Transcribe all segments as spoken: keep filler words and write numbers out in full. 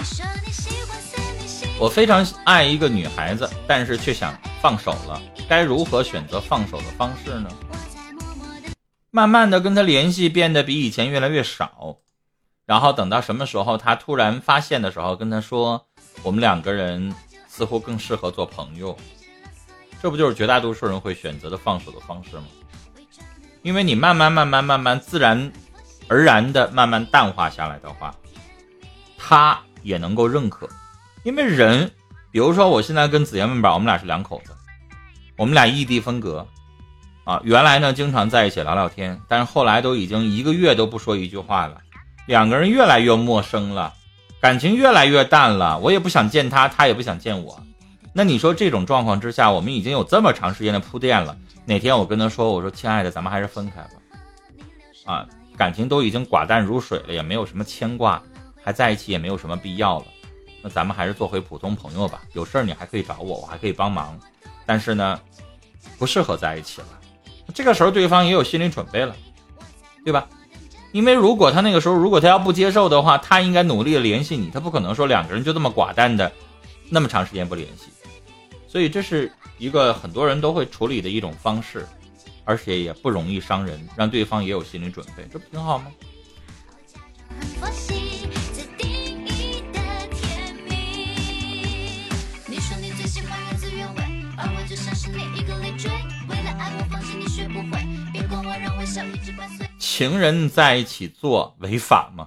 我非常爱一个女孩子，但是却想放手了，该如何选择放手的方式呢？慢慢的跟她联系变得比以前越来越少，然后等到什么时候她突然发现的时候，跟她说我们两个人似乎更适合做朋友。这不就是绝大多数人会选择的放手的方式吗？因为你慢慢慢慢慢慢自然而然的慢慢淡化下来的话，他也能够认可。因为人，比如说我现在跟子妍问宝，我们俩是两口子，我们俩异地分隔啊，原来呢经常在一起聊聊天，但是后来都已经一个月都不说一句话了，两个人越来越陌生了，感情越来越淡了，我也不想见他，他也不想见我。那你说这种状况之下，我们已经有这么长时间的铺垫了，哪天我跟他说，我说亲爱的，咱们还是分开吧，啊，感情都已经寡淡如水了，也没有什么牵挂，还在一起也没有什么必要了，那咱们还是做回普通朋友吧，有事儿你还可以找我，我还可以帮忙，但是呢不适合在一起了。这个时候对方也有心理准备了，对吧？因为如果他那个时候如果他要不接受的话，他应该努力的联系你，他不可能说两个人就这么寡淡的那么长时间不联系。所以这是一个很多人都会处理的一种方式，而且也不容易伤人，让对方也有心理准备，这不挺好吗？情人在一起做违法吗？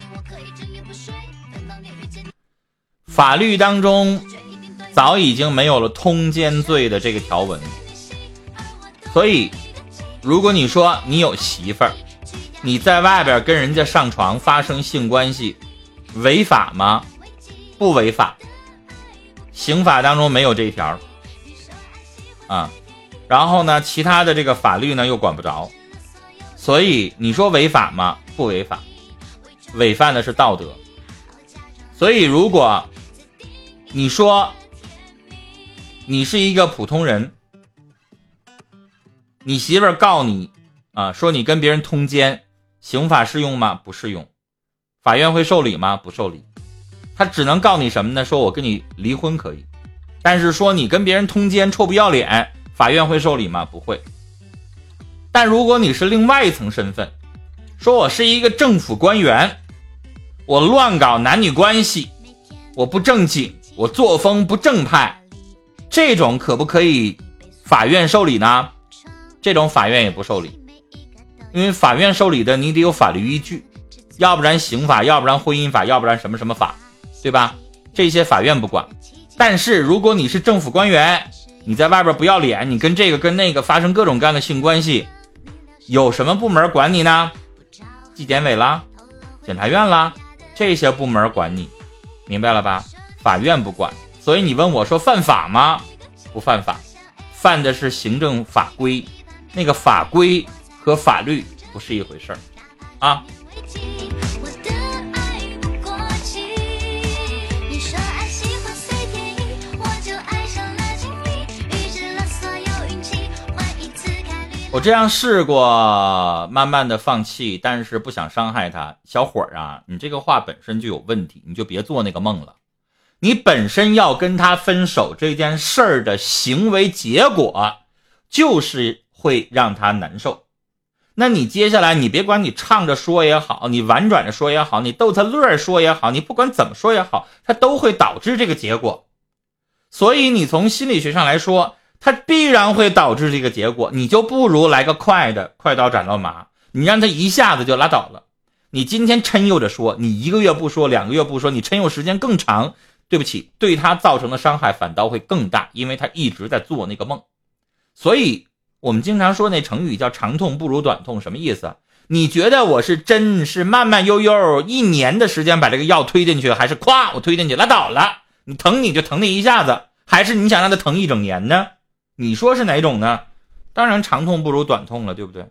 法律当中早已经没有了通奸罪的这个条文，所以如果你说你有媳妇儿，你在外边跟人家上床发生性关系，违法吗？不违法，刑法当中没有这一条啊。然后呢，其他的这个法律呢又管不着，所以你说违法吗？不违法，违反的是道德。所以如果你说你是一个普通人，你媳妇儿告你啊，说你跟别人通奸，刑法适用吗？不适用。法院会受理吗？不受理。他只能告你什么呢？说我跟你离婚可以，但是说你跟别人通奸臭不要脸，法院会受理吗？不会。但如果你是另外一层身份，说我是一个政府官员，我乱搞男女关系，我不正经，我作风不正派，这种可不可以法院受理呢？这种法院也不受理，因为法院受理的你得有法律依据，要不然刑法，要不然婚姻法，要不然什么什么法，对吧？这些法院不管。但是如果你是政府官员，你在外边不要脸，你跟这个跟那个发生各种各样的性关系，有什么部门管你呢？纪检委啦，检察院啦，这些部门管你，明白了吧？法院不管。所以你问我说犯法吗？不犯法，犯的是行政法规，那个法规和法律不是一回事儿啊。我这样试过慢慢的放弃，但是不想伤害他。小伙儿啊，你这个话本身就有问题，你就别做那个梦了。你本身要跟他分手这件事儿的行为结果就是会让他难受，那你接下来你别管你唱着说也好，你婉转着说也好，你逗他乐说也好，你不管怎么说也好，它都会导致这个结果。所以你从心理学上来说，它必然会导致这个结果，你就不如来个快的，快刀斩乱麻，你让他一下子就拉倒了。你今天抻悠着说，你一个月不说，两个月不说，你抻悠时间更长，对不起，对他造成的伤害反倒会更大，因为他一直在做那个梦。所以我们经常说那成语叫长痛不如短痛，什么意思？你觉得我是真是慢慢悠悠一年的时间把这个药推进去，还是咵我推进去拉倒了？你疼你就疼那一下子，还是你想让他疼一整年呢？你说是哪种呢？当然长痛不如短痛了，对不对？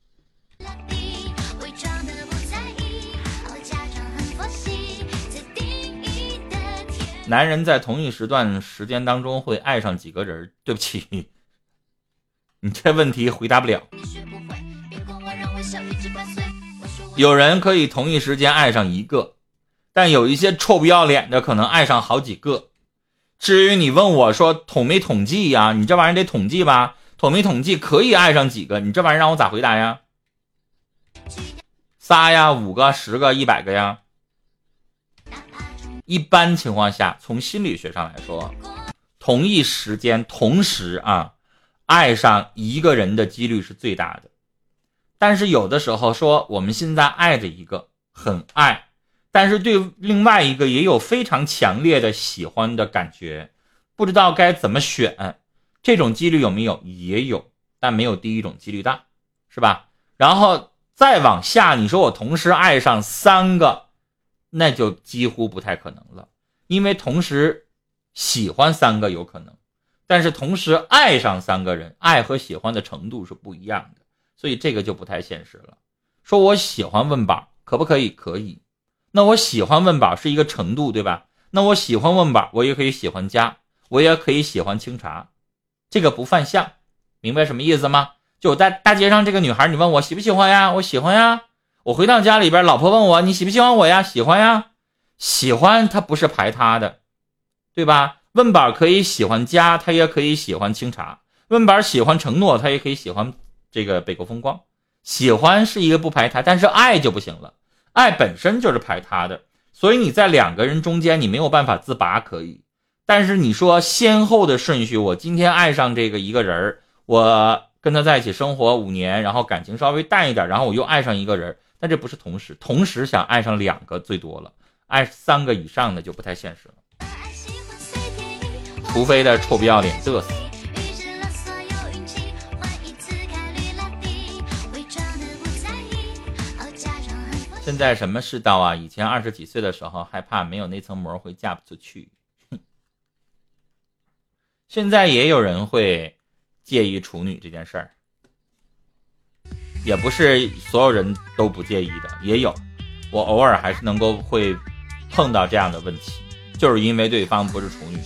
男人在同一时段时间当中会爱上几个人？对不起，你这问题回答不了。有人可以同一时间爱上一个， 但有一些臭不要脸的可能爱上好几个。至于你问我说统没统计呀，你这玩意儿得统计吧，统没统计可以爱上几个，你这玩意儿让我咋回答呀？仨呀，五个，十个，一百个呀。一般情况下，从心理学上来说，同一时间同时啊爱上一个人的几率是最大的。但是有的时候说我们现在爱着一个很爱，但是对另外一个也有非常强烈的喜欢的感觉，不知道该怎么选，这种几率有没有？也有，但没有第一种几率大，是吧？然后再往下，你说我同时爱上三个，那就几乎不太可能了，因为同时喜欢三个有可能，但是同时爱上三个人，爱和喜欢的程度是不一样的，所以这个就不太现实了。说我喜欢问宝可不可以？可以。那我喜欢问宝是一个程度，对吧？那我喜欢问宝，我也可以喜欢家，我也可以喜欢清茶，这个不犯相，明白什么意思吗？就在大街上这个女孩，你问我喜不喜欢呀？我喜欢呀。我回到家里边，老婆问我你喜不喜欢我呀？喜欢呀。喜欢它不是排他的，对吧？问宝可以喜欢家，他也可以喜欢清茶。问宝喜欢承诺，他也可以喜欢这个北国风光。喜欢是一个不排他，但是爱就不行了，爱本身就是排他的，所以你在两个人中间你没有办法自拔可以，但是你说先后的顺序，我今天爱上这个一个人，我跟他在一起生活五年，然后感情稍微淡一点，然后我又爱上一个人，但这不是同时，同时想爱上两个最多了，爱三个以上的就不太现实了，除非的臭不要脸嘚瑟。现在什么世道啊？以前二十几岁的时候害怕没有那层膜会嫁不出去，现在也有人会介意处女这件事儿，也不是所有人都不介意的，也有，我偶尔还是能够会碰到这样的问题，就是因为对方不是处女。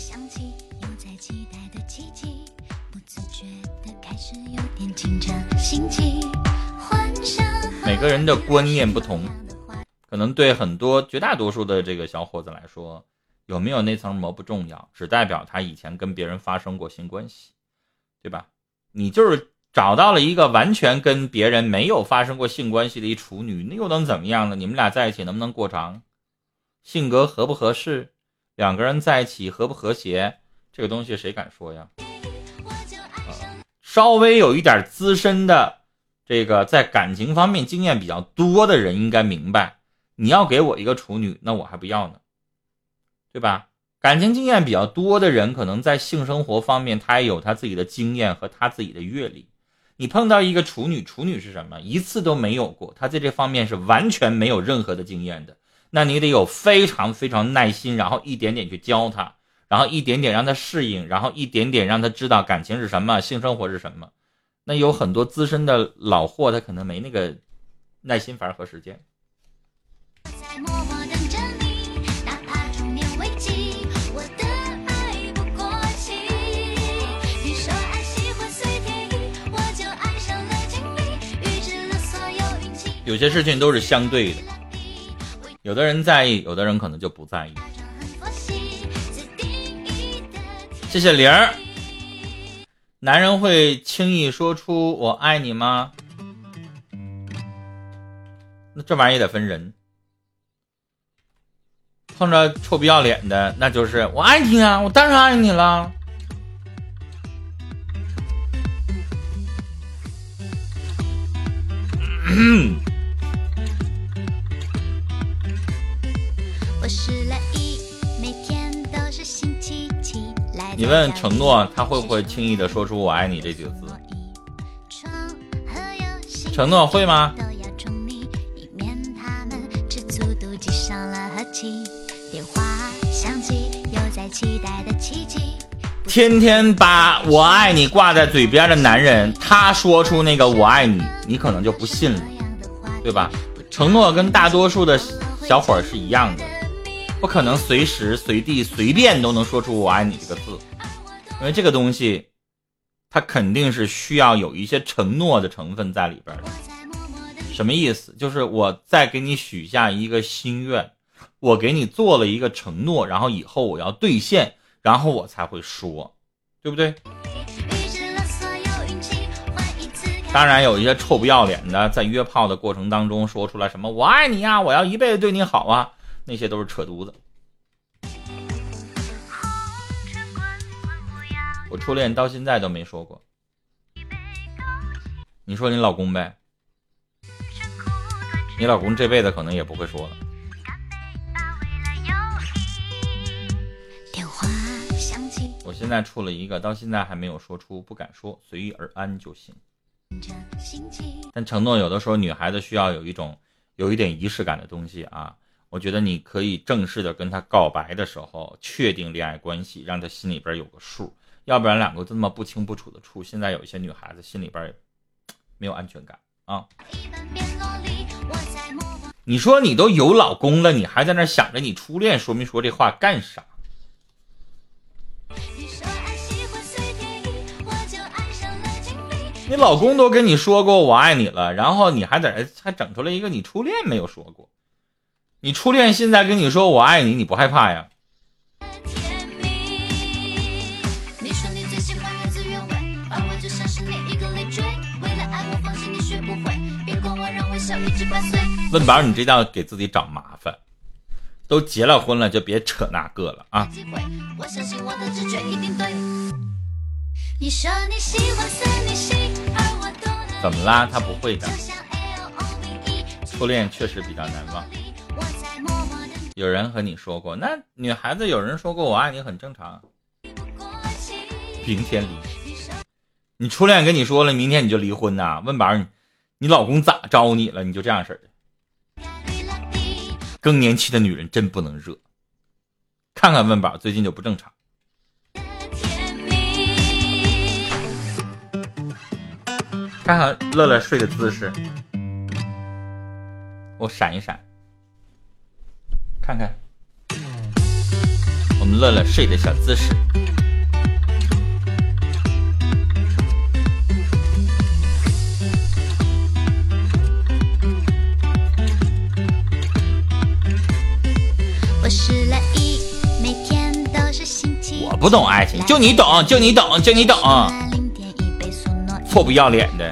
每个人的观念不同，可能对很多绝大多数的这个小伙子来说，有没有那层膜不重要，只代表他以前跟别人发生过性关系，对吧？你就是找到了一个完全跟别人没有发生过性关系的一处女，那又能怎么样呢？你们俩在一起能不能过长？性格合不合适？两个人在一起合不和谐？这个东西谁敢说呀？呃、稍微有一点资深的这个在感情方面经验比较多的人应该明白，你要给我一个处女，那我还不要呢，对吧？感情经验比较多的人，可能在性生活方面他也有他自己的经验和他自己的阅历。你碰到一个处女，处女是什么？一次都没有过，他在这方面是完全没有任何的经验的，那你得有非常非常耐心，然后一点点去教他，然后一点点让他适应，然后一点点让他知道感情是什么，性生活是什么。那有很多资深的老货，他可能没那个耐心法和时间。有些事情都是相对的，有的人在意，有的人可能就不在意。谢谢玲儿。男人会轻易说出我爱你吗？那这玩意儿也得分人，碰着臭不要脸的，那就是我爱你啊，我当然爱你了。嗯你问承诺他会不会轻易的说出我爱你这几个字？承诺会吗？天天把我爱你挂在嘴边的男人，他说出那个我爱你，你可能就不信了，对吧？承诺跟大多数的小伙是一样的，不可能随时随地随便都能说出我爱你这个字，因为这个东西它肯定是需要有一些承诺的成分在里边的。什么意思？就是我再给你许下一个心愿， 我给你做了一个承诺，然后以后我要兑现，然后我才会说，对不对？当然有一些臭不要脸的在约炮的过程当中说出来什么我爱你啊，我要一辈子对你好啊，那些都是扯犊子。我初恋到现在都没说过，你说你老公呗，你老公这辈子可能也不会说了。我现在处了一个，到现在还没有说出，不敢说，随遇而安就行。但承诺有的时候女孩子需要有一种有一点仪式感的东西啊。我觉得你可以正式的跟她告白的时候确定恋爱关系，让她心里边有个数，要不然两个这么不清不楚的处，现在有一些女孩子心里边也没有安全感啊。你说你都有老公了，你还在那想着你初恋，说没说这话干啥？你老公都跟你说过我爱你了，然后你还在这还整出来一个你初恋没有说过。你初恋现在跟你说我爱你，你不害怕呀？问宝你这叫给自己找麻烦，都结了婚了就别扯那个了啊。怎么啦？他不会的，初恋确实比较难忘。有人和你说过，那女孩子有人说过我爱你很正常。明天离，你初恋跟你说了，明天你就离婚呐？问宝你你老公咋招你了？你就这样式的。更年期的女人真不能热，看看问宝最近就不正常。看看乐乐睡的姿势，我闪一闪，看看我们乐乐睡的小姿势。我不懂爱情，就你懂，就你懂，就你懂。臭不要脸的。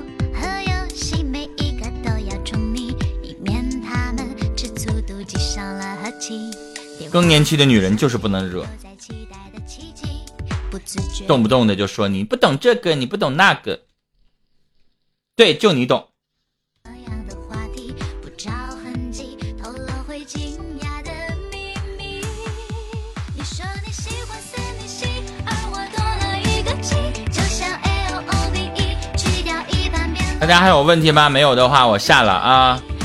更年期的女人就是不能惹，动不动的就说你不懂这个，你不懂那个。对，就你懂。大家还有问题吗？没有的话我下了啊。